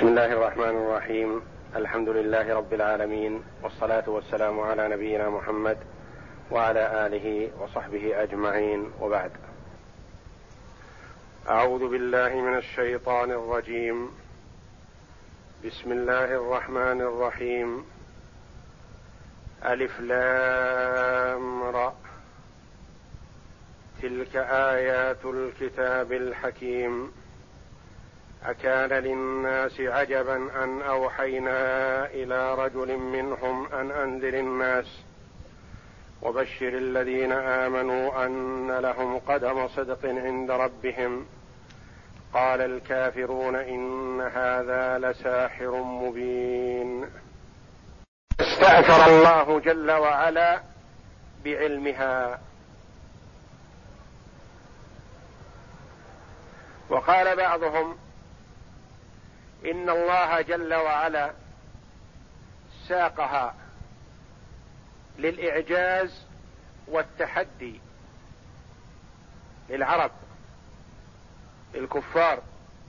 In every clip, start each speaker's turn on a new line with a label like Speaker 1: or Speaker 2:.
Speaker 1: بسم الله الرحمن الرحيم. الحمد لله رب العالمين، والصلاة والسلام على نبينا محمد وعلى آله وصحبه أجمعين، وبعد. أعوذ بالله من الشيطان الرجيم. بسم الله الرحمن الرحيم. ألف لام را، تلك آيات الكتاب الحكيم. أكان للناس عجبا أن أوحينا إلى رجل منهم أن أنذر الناس وبشر الذين آمنوا أن لهم قدم صدق عند ربهم. قال الكافرون إن هذا لساحر مبين. استأثر الله جل وعلا بعلمها، وقال بعضهم إن الله جل وعلا ساقها للإعجاز والتحدي للعرب الكفار.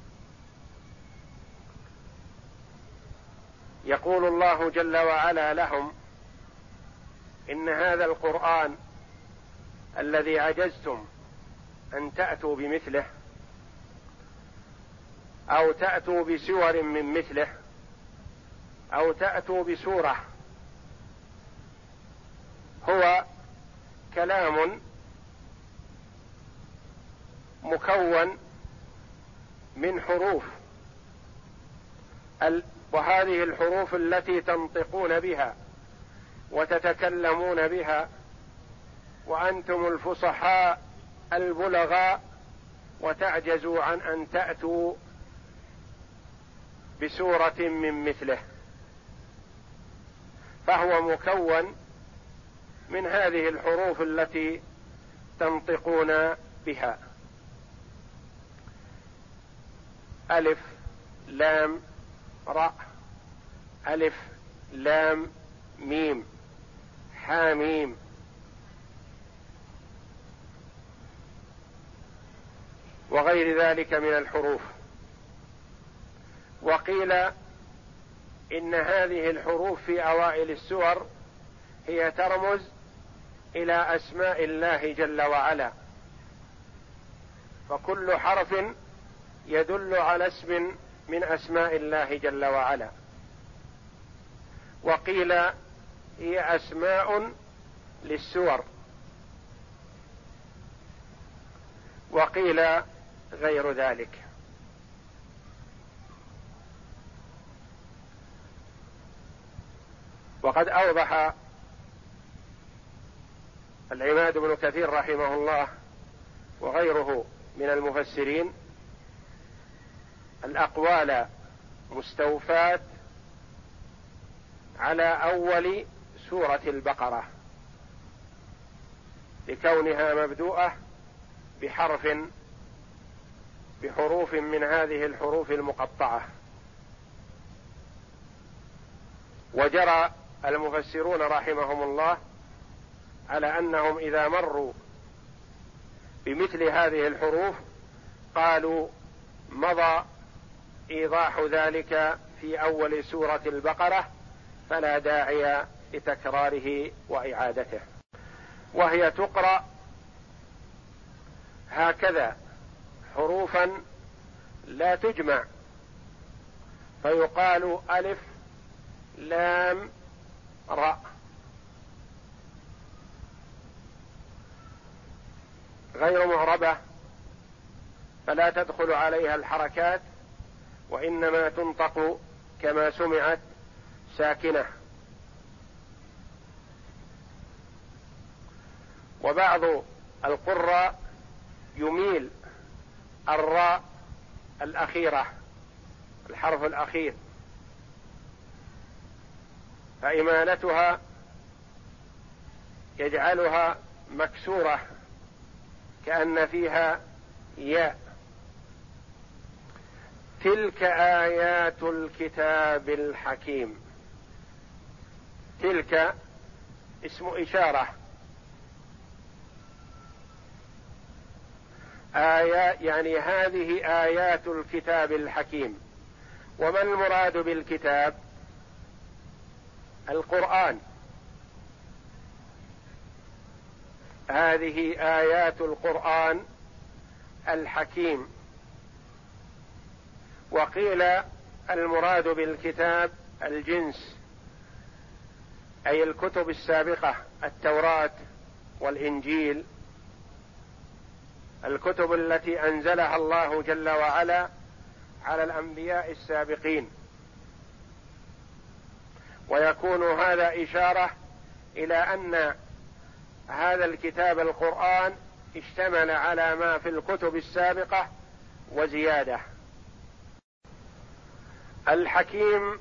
Speaker 1: يقول الله جل وعلا لهم إن هذا القرآن الذي عجزتم أن تأتوا بمثله أو تأتوا بسور من مثله أو تأتوا بسورة، هو كلام مكون من حروف، وهذه الحروف التي تنطقون بها وتتكلمون بها وأنتم الفصحاء البلغاء، وتعجزوا عن أن تأتوا بسورة من مثله، فهو مكون من هذه الحروف التي تنطقون بها. ألف لام راء، ألف لام ميم حاميم. وغير ذلك من الحروف. وقيل إن هذه الحروف في أوائل السور هي ترمز إلى أسماء الله جل وعلا، فكل حرف يدل على اسم من أسماء الله جل وعلا. وقيل هي أسماء للسور، وقيل غير ذلك. وقد أوضح العماد بن كثير رحمه الله وغيره من المفسرين الأقوال مستوفاة على أول سورة البقرة، لكونها مبدوءة بحروف من هذه الحروف المقطعة. وجرى المفسرون رحمهم الله على أنهم إذا مروا بمثل هذه الحروف قالوا مضى إيضاح ذلك في أول سورة البقرة، فلا داعي لتكراره وإعادته. وهي تقرأ هكذا حروفا لا تجمع، فيقال ألف لام راء، غير معربة، فلا تدخل عليها الحركات، وإنما تنطق كما سمعت ساكنة. وبعض القراء يميل الراء الأخيرة، الحرف الأخير، فإمالتها يجعلها مكسورة كأن فيها ياء. تلك آيات الكتاب الحكيم. تلك اسم إشارة، آيات يعني هذه آيات الكتاب الحكيم، وما المراد بالكتاب؟ القرآن. هذه آيات القرآن الحكيم. وقيل المراد بالكتاب الجنس، أي الكتب السابقة، التوراة والإنجيل، الكتب التي أنزلها الله جل وعلا على الأنبياء السابقين. ويكون هذا إشارة إلى أن هذا الكتاب القرآن اشتمل على ما في الكتب السابقة وزيادة. الحكيم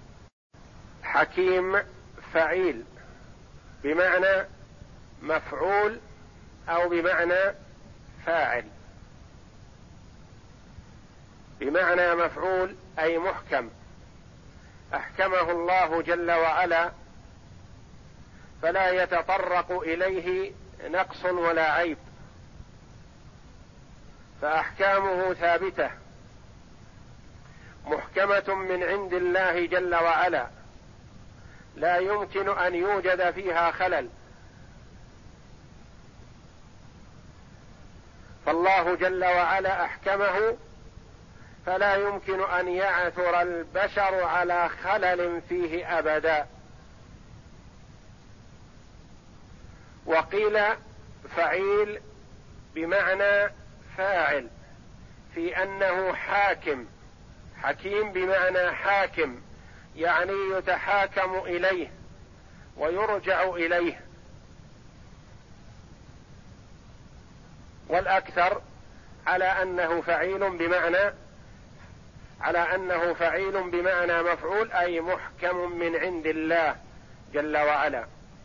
Speaker 1: حكيم فعيل، بمعنى مفعول أو بمعنى فاعل. بمعنى مفعول أي محكم، أحكمه الله جل وعلا فلا يتطرق إليه نقص ولا عيب، فأحكامه ثابتة محكمة من عند الله جل وعلا، لا يمكن أن يوجد فيها خلل. فالله جل وعلا أحكمه فلا يمكن أن يعثر البشر على خلل فيه أبدا. وقيل فعيل بمعنى فاعل، في أنه حاكم. حكيم بمعنى حاكم، يعني يتحاكم إليه ويرجع إليه. والأكثر على أنه فعيل بمعنى مفعول، أي محكم من عند الله جل وعلا.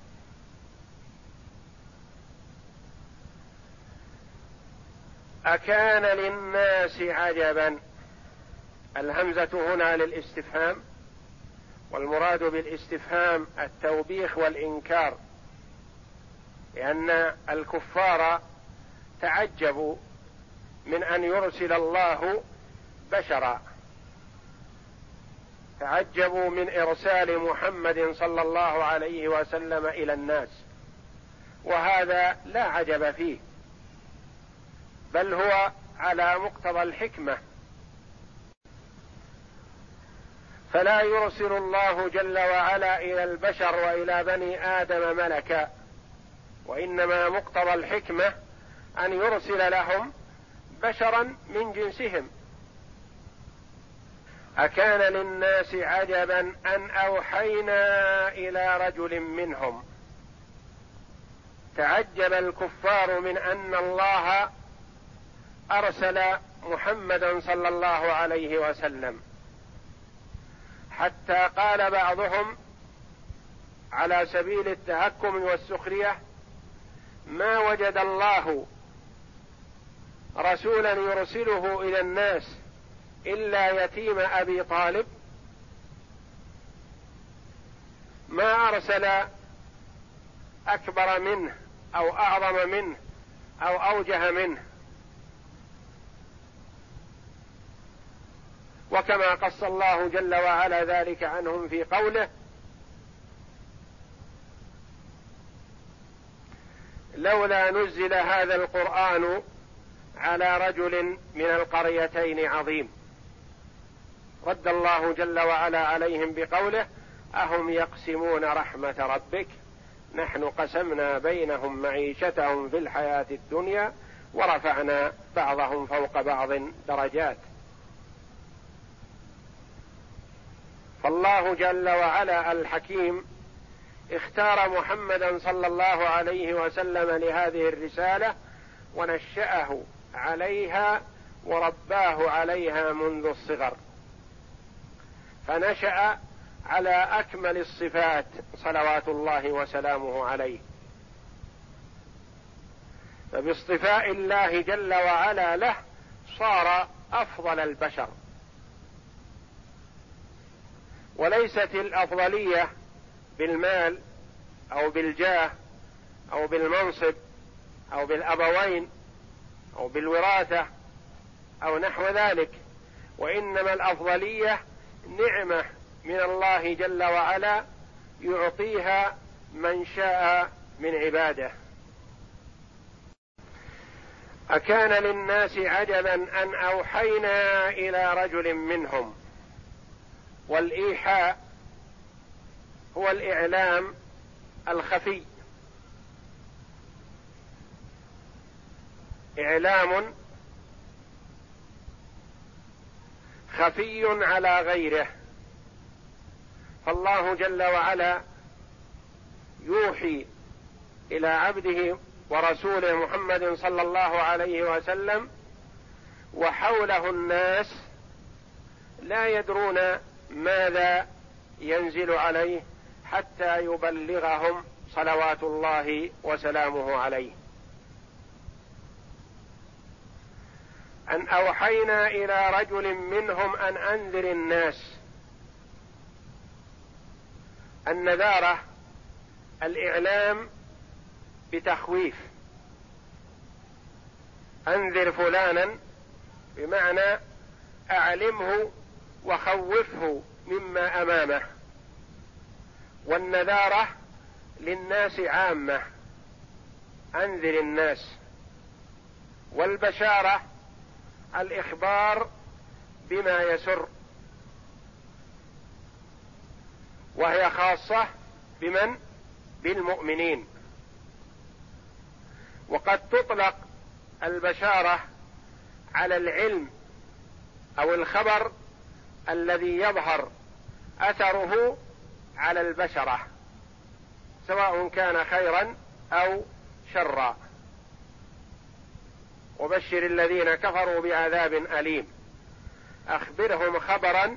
Speaker 1: أكان للناس عجبا، الهمزة هنا للاستفهام، والمراد بالاستفهام التوبيخ والإنكار، لأن الكفار تعجبوا من أن يرسل الله بشرا، تعجبوا من إرسال محمد صلى الله عليه وسلم إلى الناس، وهذا لا عجب فيه، بل هو على مقتضى الحكمة. فلا يرسل الله جل وعلا إلى البشر وإلى بني آدم ملكا، وإنما مقتضى الحكمة أن يرسل لهم بشرا من جنسهم. أكان للناس عجبا أن أوحينا إلى رجل منهم. تعجب الكفار من أن الله أرسل محمدا صلى الله عليه وسلم، حتى قال بعضهم على سبيل التهكم والسخرية: ما وجد الله رسولا يرسله إلى الناس إلا يتيم أبي طالب، ما أرسل أكبر منه أو أعظم منه أو أوجه منه. وكما قص الله جل وعلا ذلك عنهم في قوله: لولا نزل هذا القرآن على رجل من القريتين عظيم. رد الله جل وعلا عليهم بقوله: أهم يقسمون رحمة ربك نحن قسمنا بينهم معيشتهم في الحياة الدنيا ورفعنا بعضهم فوق بعض درجات. فالله جل وعلا الحكيم اختار محمدا صلى الله عليه وسلم لهذه الرسالة، ونشأه عليها ورباه عليها منذ الصغر، فنشأ على أكمل الصفات صلوات الله وسلامه عليه. فباصطفاء الله جل وعلا له صار أفضل البشر. وليست الأفضلية بالمال أو بالجاه أو بالمنصب أو بالأبوين أو بالوراثة أو نحو ذلك، وإنما الأفضلية نعمة من الله جل وعلا يعطيها من شاء من عباده. أكان للناس عجبا أن أوحينا إلى رجل منهم. والإيحاء هو الإعلام الخفي، إعلام خفي على غيره. فالله جل وعلا يوحي إلى عبده ورسوله محمد صلى الله عليه وسلم، وحوله الناس لا يدرون ماذا ينزل عليه حتى يبلغهم صلوات الله وسلامه عليه. أن أوحينا إلى رجل منهم أن أنذر الناس. النذارة الإعلام بتخويف، أنذر فلانا بمعنى أعلمه وخوفه مما أمامه. والنذارة للناس عامة، أنذر الناس. والبشارة الإخبار بما يسر، وهي خاصة بمن؟ بالمؤمنين. وقد تطلق البشارة على العلم أو الخبر الذي يظهر أثره على البشرة، سواء كان خيرا أو شرا. وبشر الذين كفروا بعذاب أليم، أخبرهم خبرا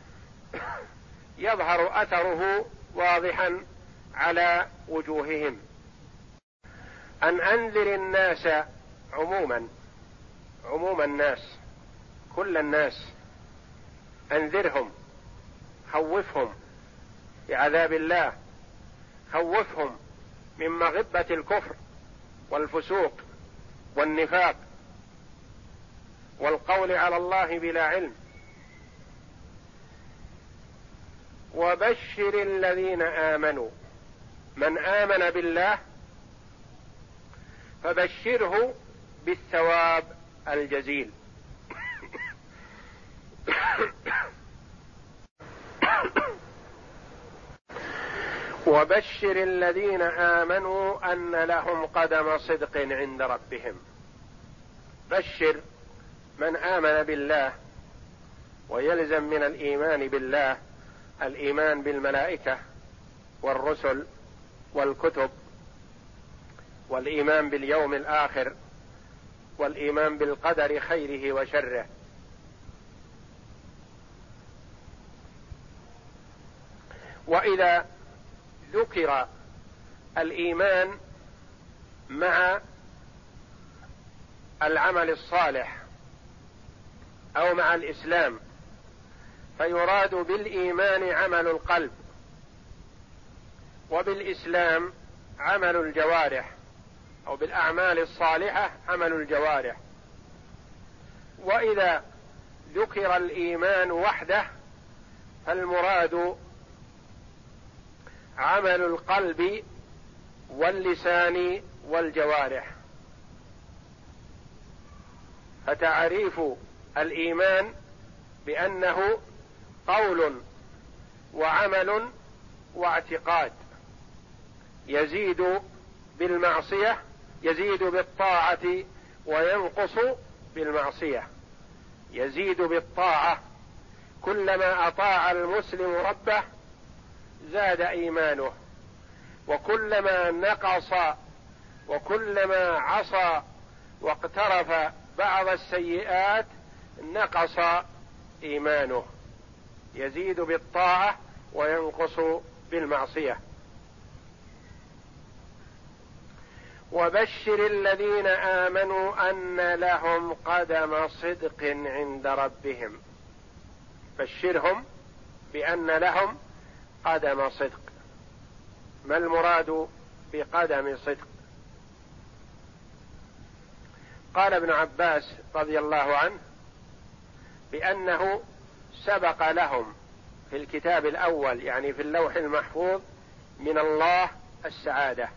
Speaker 1: يظهر أثره واضحا على وجوههم. أن أنذر الناس عموما، عموم الناس، كل الناس، أنذرهم، خوفهم بعذاب الله، خوفهم من مغبة الكفر والفسوق والنفاق والقول على الله بلا علم. وبشر الذين آمنوا، من آمن بالله فبشره بالثواب الجزيل. وبشر الذين آمنوا أن لهم قدم صدق عند ربهم. بشر من آمن بالله، ويلزم من الإيمان بالله الإيمان بالملائكة والرسل والكتب، والإيمان باليوم الآخر، والإيمان بالقدر خيره وشره. وإذا ذكر الإيمان مع العمل الصالح أو مع الإسلام، فيراد بالإيمان عمل القلب، وبالإسلام عمل الجوارح، أو بالأعمال الصالحة عمل الجوارح. وإذا ذكر الإيمان وحده فالمراد عمل القلب واللسان والجوارح. فتعريف الإيمان بأنه قول وعمل واعتقاد، يزيد بالمعصية، يزيد بالطاعة وينقص بالمعصية. يزيد بالطاعة، كلما أطاع المسلم ربه زاد إيمانه، وكلما نقص وكلما عصى واقترف بعض السيئات نقص إيمانه. يزيد بالطاعة وينقص بالمعصية. وبشر الذين آمنوا أن لهم قدم صدق عند ربهم. بشرهم بأن لهم قدم صدق. ما المراد بقدم صدق؟ قال ابن عباس رضي الله عنه بأنه سبق لهم في الكتاب الأول يعني في اللوح المحفوظ من الله السعادة.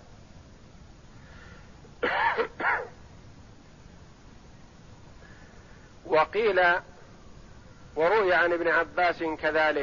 Speaker 1: وقيل وروي عن ابن عباس كذلك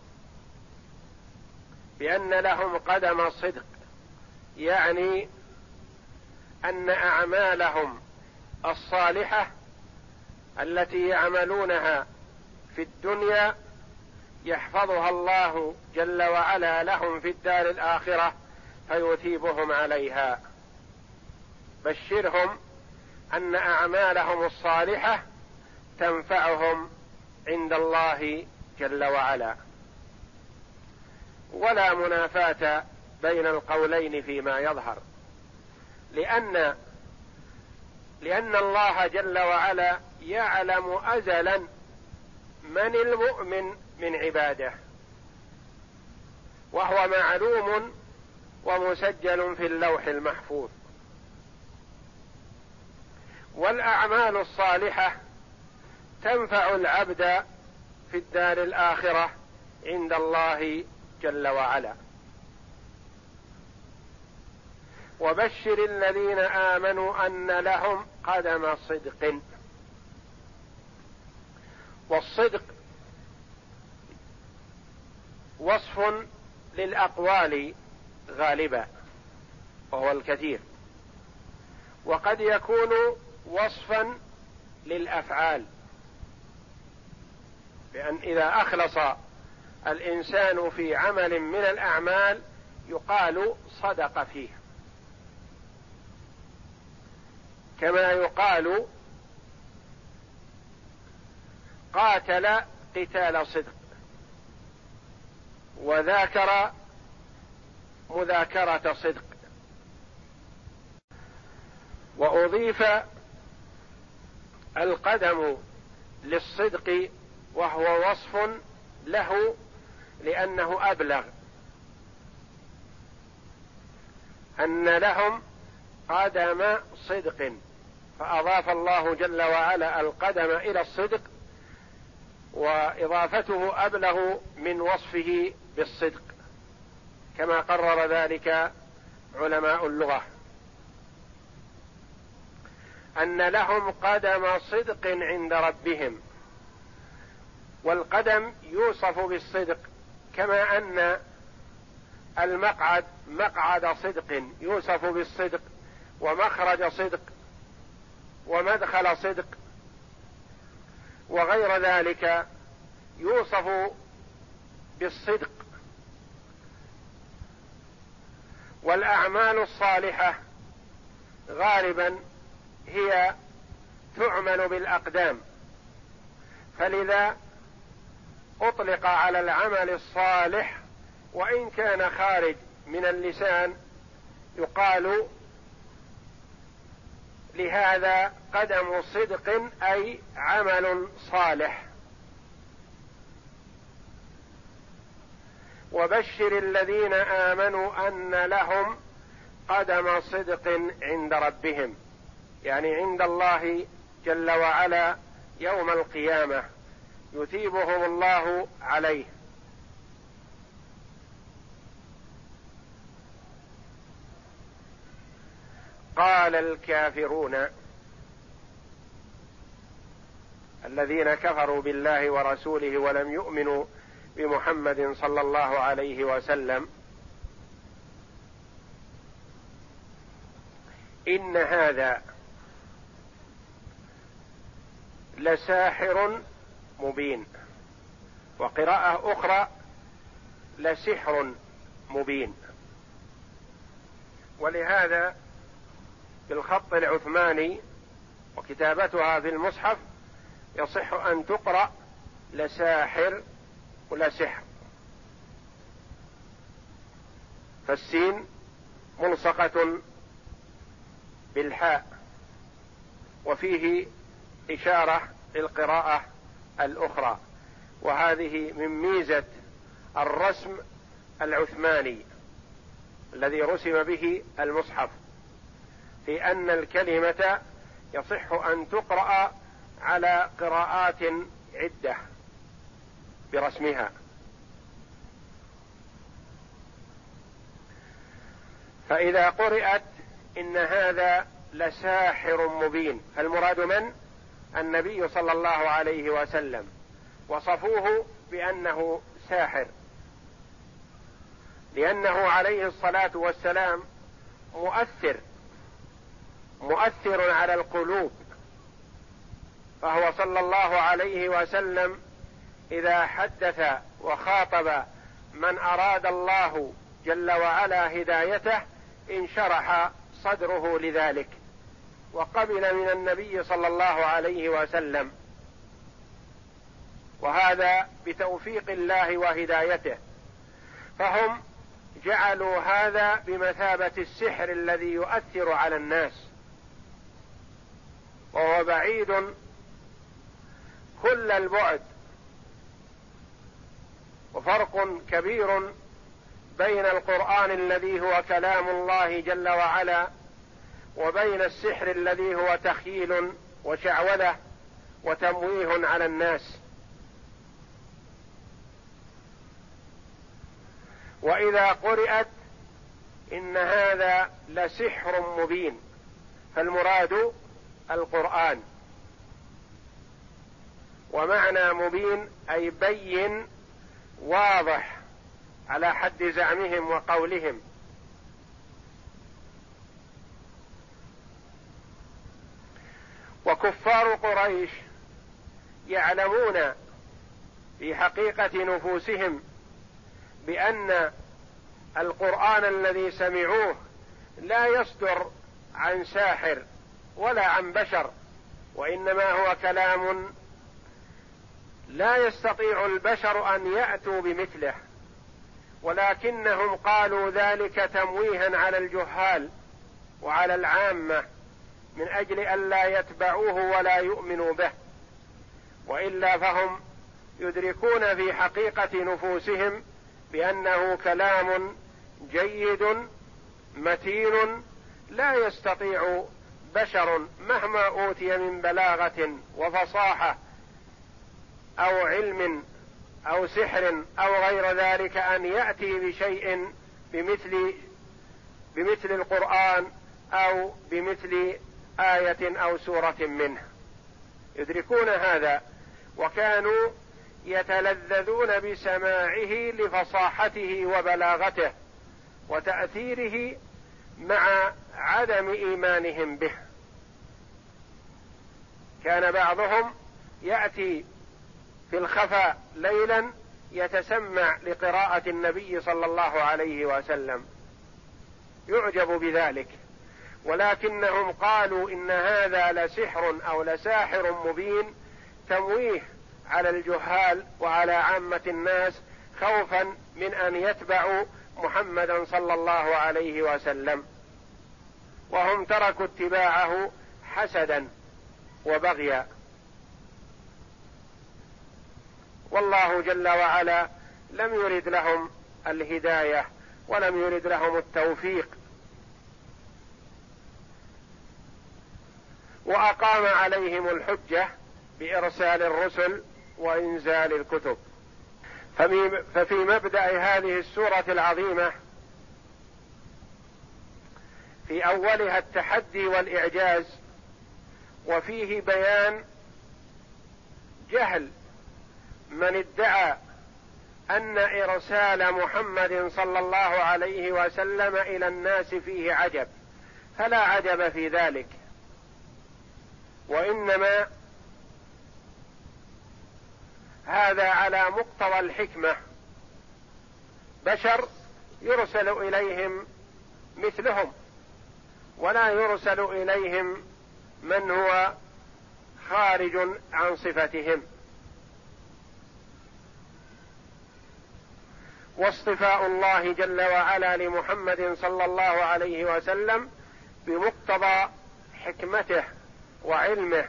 Speaker 1: بأن لهم قدم صدق، يعني أن أعمالهم الصالحة التي يعملونها في الدنيا يحفظها الله جل وعلا لهم في الدار الآخرة فيثيبهم عليها. بشرهم أن أعمالهم الصالحة تنفعهم عند الله جل وعلا. ولا منافاة بين القولين فيما يظهر، لأن الله جل وعلا يعلم أزلا من المؤمن من عباده، وهو معلوم ومسجل في اللوح المحفوظ. والأعمال الصالحة تنفع العبد في الدار الآخرة عند الله جل وعلا. وبشر الذين آمنوا أن لهم قدم صدق. والصدق وصف للأقوال غالبا وهو الكثير، وقد يكون وصفا للأفعال، بأن إذا أخلص الإنسان في عمل من الأعمال يقال صدق فيه، كما يقال قاتل قتال صدق، وذاكر مذاكرة صدق. وأضيف القدم للصدق وهو وصف له لأنه أبلغ، أن لهم قدم صدق، فأضاف الله جل وعلا القدم إلى الصدق، وإضافته أبلغ من وصفه بالصدق، كما قرر ذلك علماء اللغة، أن لهم قدم صدق عند ربهم. والقدم يوصف بالصدق، كما أن المقعد مقعد صدق يوصف بالصدق، ومخرج صدق، ومدخل صدق، وغير ذلك يوصف بالصدق. والأعمال الصالحة غالبا هي تعمل بالأقدام، فلذا أطلق على العمل الصالح وإن كان خارج من اللسان يقال لهذا قدم صدق، أي عمل صالح. وبشر الذين آمنوا أن لهم قدم صدق عند ربهم، يعني عند الله جل وعلا يوم القيامة يثيبهم الله عليه. قال الكافرون الذين كفروا بالله ورسوله ولم يؤمنوا بمحمد صلى الله عليه وسلم: إن هذا لساحر مبين. وقراءة أخرى: لسحر مبين. ولهذا بالخط العثماني وكتابتها في المصحف يصح أن تقرأ لساحر ولسحر، فالسين ملصقة بالحاء، وفيه إشارة للقراءة الأخرى. وهذه من ميزة الرسم العثماني الذي رسم به المصحف، في أن الكلمة يصح أن تقرأ على قراءات عدة برسمها، فإذا قرأت إن هذا لساحر مبين، فالمراد من؟ النبي صلى الله عليه وسلم، وصفوه بأنه ساحر، لأنه عليه الصلاة والسلام مؤثر على القلوب، فهو صلى الله عليه وسلم إذا حدث وخاطب من أراد الله جل وعلا هدايته انشرح صدره لذلك، وقبل من النبي صلى الله عليه وسلم، وهذا بتوفيق الله وهدايته. فهم جعلوا هذا بمثابة السحر الذي يؤثر على الناس، وهو بعيد كل البعد، وفرق كبير بين القرآن الذي هو كلام الله جل وعلا وبين السحر الذي هو تخييل وشعوذة وتمويه على الناس. وإذا قرأت إن هذا لسحر مبين، فالمراد القرآن، ومعنى مبين أي بين واضح على حد زعمهم وقولهم. وكفار قريش يعلمون في حقيقة نفوسهم بأن القرآن الذي سمعوه لا يصدر عن ساحر ولا عن بشر، وإنما هو كلام لا يستطيع البشر أن يأتوا بمثله، ولكنهم قالوا ذلك تمويها على الجهال وعلى العامة من أجل ألا يتبعوه ولا يؤمنوا به، وإلا فهم يدركون في حقيقة نفوسهم بأنه كلام جيد متين لا يستطيع بشر مهما أوتي من بلاغة وفصاحة أو علم أو سحر أو غير ذلك أن يأتي بشيء بمثل القرآن أو بمثل آية أو سورة منه. يدركون هذا، وكانوا يتلذذون بسماعه لفصاحته وبلاغته وتأثيره مع عدم إيمانهم به. كان بعضهم يأتي في الخفاء ليلا يتسمع لقراءة النبي صلى الله عليه وسلم، يعجب بذلك، ولكنهم قالوا إن هذا لسحر أو لساحر مبين، تمويه على الجهال وعلى عامة الناس خوفا من أن يتبعوا محمدا صلى الله عليه وسلم، وهم تركوا اتباعه حسدا وبغيا. والله جل وعلا لم يرد لهم الهداية ولم يرد لهم التوفيق، وأقام عليهم الحجة بإرسال الرسل وإنزال الكتب. ففي مبدأ هذه السورة العظيمة في أولها التحدي والإعجاز، وفيه بيان جهل من ادعى أن إرسال محمد صلى الله عليه وسلم إلى الناس فيه عجب، فلا عجب في ذلك، وإنما هذا على مقتضى الحكمة، بشر يرسل إليهم مثلهم، ولا يرسل إليهم من هو خارج عن صفتهم. واصطفاء الله جل وعلا لمحمد صلى الله عليه وسلم بمقتضى حكمته وعلمه،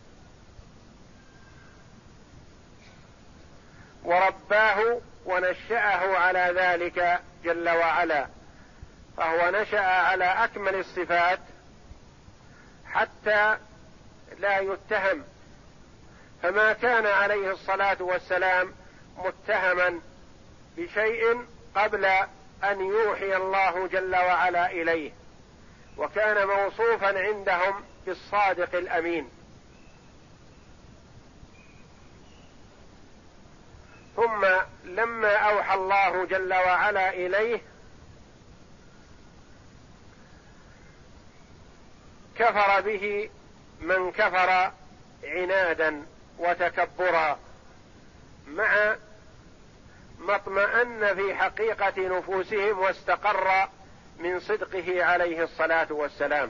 Speaker 1: ورباه ونشأه على ذلك جل وعلا، فهو نشأ على أكمل الصفات حتى لا يتهم، فما كان عليه الصلاة والسلام متهما بشيء قبل أن يوحي الله جل وعلا إليه، وكان موصوفا عندهم بالصادق الأمين. ثم لما أوحى الله جل وعلا إليه كفر به من كفر عنادا وتكبرا، مع ما اطمأن في حقيقة نفوسهم واستقر من صدقه عليه الصلاة والسلام.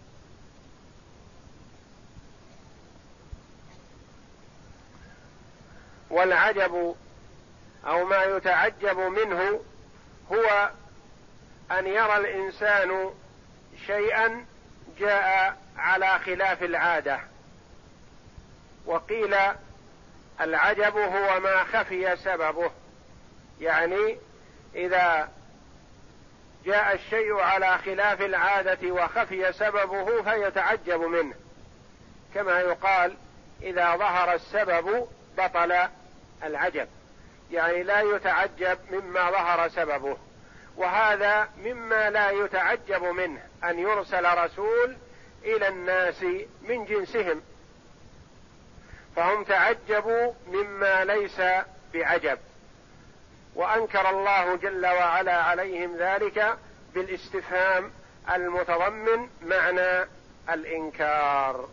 Speaker 1: والعجب أو ما يتعجب منه هو أن يرى الإنسان شيئا جاء على خلاف العادة. وقيل العجب هو ما خفي سببه، يعني إذا جاء الشيء على خلاف العادة وخفي سببه فيتعجب منه، كما يقال إذا ظهر السبب بطل العجب، يعني لا يتعجب مما ظهر سببه. وهذا مما لا يتعجب منه أن يرسل رسول إلى الناس من جنسهم، فهم تعجبوا مما ليس بعجب، وأنكر الله جل وعلا عليهم ذلك بالاستفهام المتضمن معنى الإنكار.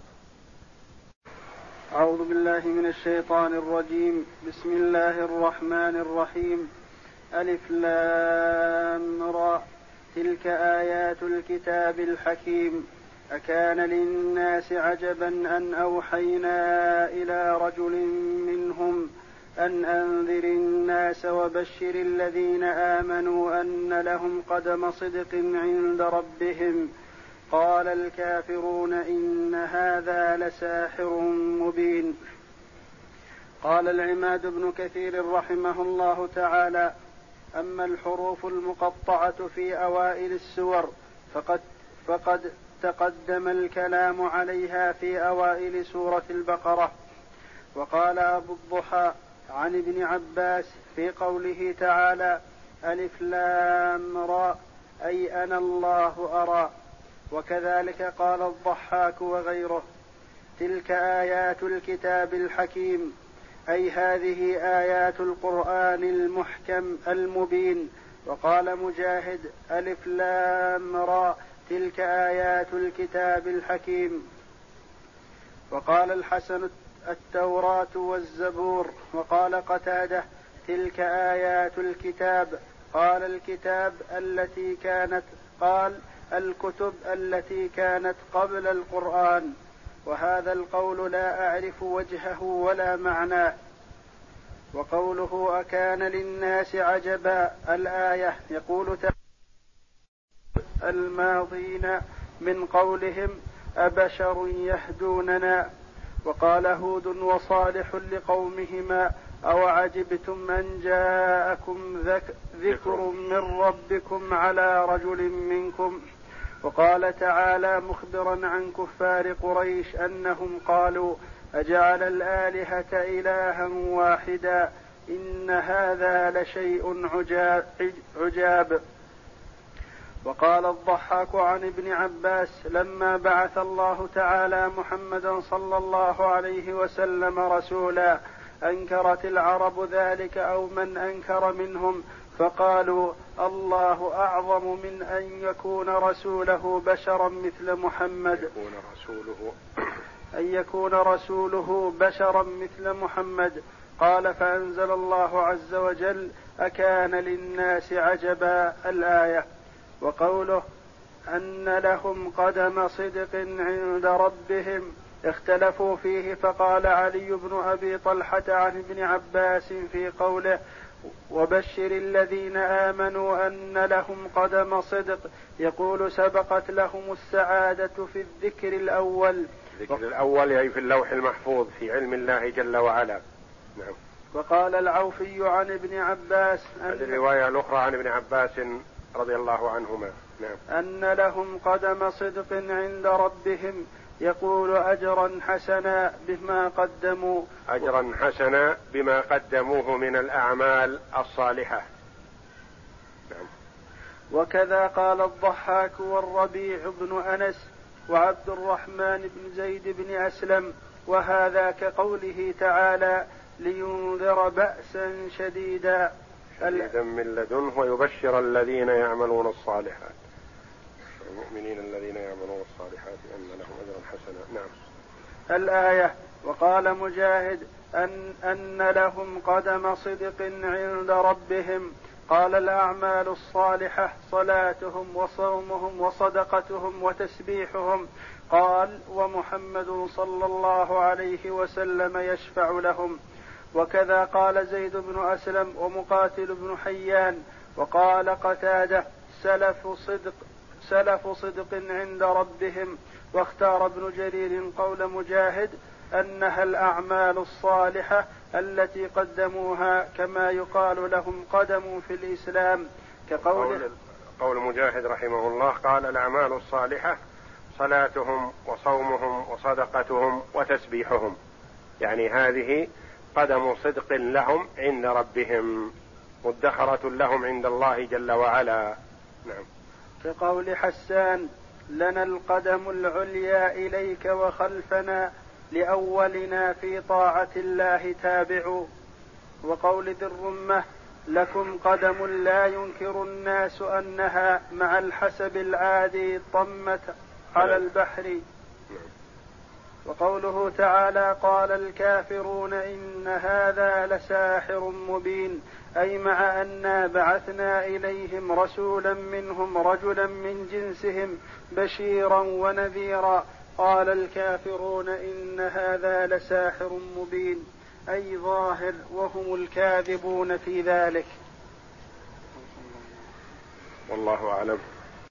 Speaker 2: أعوذ بالله من الشيطان الرجيم. بسم الله الرحمن الرحيم. ألف لام را تلك آيات الكتاب الحكيم. أكان للناس عجبا أن أوحينا إلى رجل منهم أن أنذر الناس وبشر الذين آمنوا أن لهم قدم صدق عند ربهم. قال الكافرون إن هذا لساحر مبين. قال العماد بن كثير رحمه الله تعالى: أما الحروف المقطعة في أوائل السور فقد تقدم الكلام عليها في أوائل سورة البقرة. وقال أبو الضحى عن ابن عباس في قوله تعالى: ألف لام را أي أنا الله أرى. وكذلك قال الضحاك وغيره: تلك آيات الكتاب الحكيم أي هذه آيات القرآن المحكم المبين. وقال مجاهد: ألف لام را تلك آيات الكتاب الحكيم. وقال الحسن: التوراة والزبور. وقال قتادة: تلك آيات الكتاب. قال الكتاب التي كانت قال الكتب التي كانت قبل القرآن. وهذا القول لا أعرف وجهه ولا معناه. وقوله أكان للناس عجبا الآية يقول الماضين من قولهم أبشر يهدوننا. وقال هود وصالح لقومهما: أو عجبتم أن جاءكم ذكر من ربكم على رجل منكم. وقال تعالى مخبرا عن كفار قريش أنهم قالوا: أجعل الآلهة إلها واحدا إن هذا لشيء عجاب. وقال الضحاك عن ابن عباس: لما بعث الله تعالى محمدا صلى الله عليه وسلم رسولا أنكرت العرب ذلك أو من أنكر منهم، فقالوا: الله أعظم من أن يكون رسوله بشرا مثل محمد، أن يكون رسوله بشرا مثل محمد. قال: فأنزل الله عز وجل: أكان للناس عجبا الآية. وقوله أن لهم قدم صدق عند ربهم اختلفوا فيه، فقال علي بن أبي طلحة عن ابن عباس في قوله: وبشر الذين آمنوا أن لهم قدم صدق، يقول: سبقت لهم السعادة في الذكر الأول.
Speaker 1: الذكر الأول يعني في اللوح المحفوظ في علم الله جل وعلا. نعم.
Speaker 2: وقال العوفي عن ابن عباس
Speaker 1: هذه الرواية الأخرى عن ابن عباس رضي الله عنهما. نعم.
Speaker 2: أن لهم قدم صدق عند ربهم، يقول: أجرا حسنا بما قدموا،
Speaker 1: أجرا حسنا بما قدموه من الأعمال الصالحة. نعم.
Speaker 2: وكذا قال الضحاك والربيع بن أنس وعبد الرحمن بن زيد بن أسلم، وهذا كقوله تعالى لينذر بأسا شديدا
Speaker 1: من لدنه ويبشر الذين يعملون الصالحات، المؤمنين الذين يعملون الصالحات أن لهم أجرا حسنا. نعم.
Speaker 2: الآية. وقال مجاهد أن لهم قدم صدق عند ربهم. قال الأعمال الصالحة صلاتهم وصومهم وصدقتهم وتسبيحهم. قال ومحمد صلى الله عليه وسلم يشفع لهم. وكذا قال زيد بن أسلم ومقاتل بن حيان. وقال قتادة سلف صدق عند ربهم. واختار ابن جرير قول مجاهد أنها الأعمال الصالحة التي قدموها، كما يقال لهم قدموا في الإسلام،
Speaker 1: قول مجاهد رحمه الله قال الأعمال الصالحة صلاتهم وصومهم وصدقتهم وتسبيحهم، يعني هذه قدم صدق لهم عند ربهم، مدخرة لهم عند الله جل وعلا. نعم.
Speaker 2: كقول حسان لنا القدم العليا إليك وخلفنا لأولنا في طاعة الله تابعوا. وقول ذي الرمة لكم قدم لا ينكر الناس أنها مع الحسب العادي طمت على البحر. وقوله تعالى قال الكافرون إن هذا لساحر مبين، أي مع أننا بعثنا إليهم رسولا منهم رجلا من جنسهم بشيرا ونذيرا. قال الكافرون إن هذا لساحر مبين، أي ظاهر، وهم الكاذبون في ذلك.
Speaker 1: والله أعلم.